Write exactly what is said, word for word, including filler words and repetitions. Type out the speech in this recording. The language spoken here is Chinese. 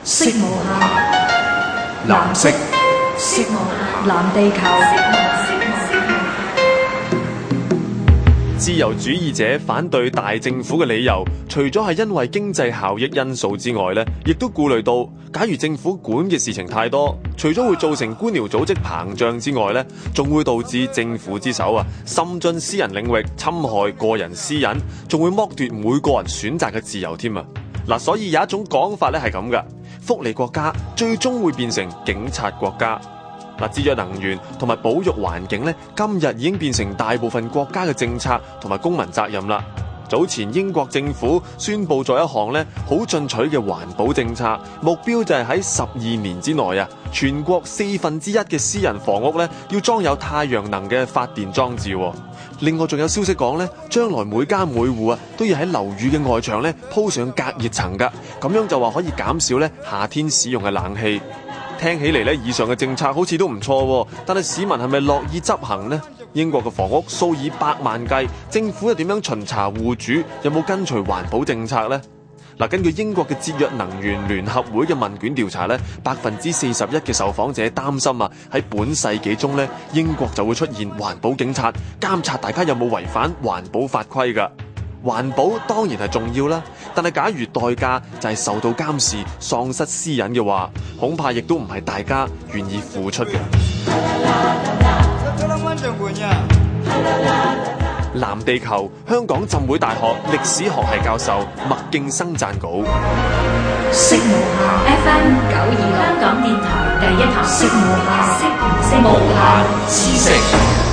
色無限，藍色，色無限，藍地球。 自由主義者反對大政府嘅理由，除咗係因為經濟效益因素之外呢，亦都顧慮到，假如政府管嘅事情太多，除咗會造成官僚組織膨脹之外呢，仲會導致政府之手啊滲進私人領域，侵害個人私隱，仲會剝奪每個人選擇嘅自由添啊！嗱，所以有一種講法咧係咁噶，福利國家最終會變成警察國家。嗱，節約能源同埋保育環境咧，今日已經變成大部分國家嘅政策同埋公民責任啦。早前英國政府宣布咗一項咧好進取嘅環保政策，目標就係喺十二年之內啊，全國四分之一嘅私人房屋咧要裝有太陽能嘅發電裝置。另外仲有消息講咧，將來每家每戶啊都要喺樓宇嘅外牆咧鋪上隔熱層噶，咁樣就話可以減少咧夏天使用嘅冷氣。聽起嚟咧，以上嘅政策好似都唔錯，但係市民係咪樂意執行呢？英國嘅房屋數以百萬計，政府又點樣巡查戶主有冇跟隨環保政策呢？嗱，根據英國嘅節約能源聯合會嘅問卷調查咧，百分之四十一嘅受訪者擔心啊，喺本世紀中咧，英國就會出現環保警察，監察大家有冇違反環保法規㗎。環保當然係重要啦，但係假如代價就係受到監視、喪失私隱嘅話，恐怕亦都唔係大家願意付出嘅。藍地球，香港浸會大學歷史學系教授麥勁生撰稿。 色無限 F M 九二六香港電台第一台，色無限，色無限知識。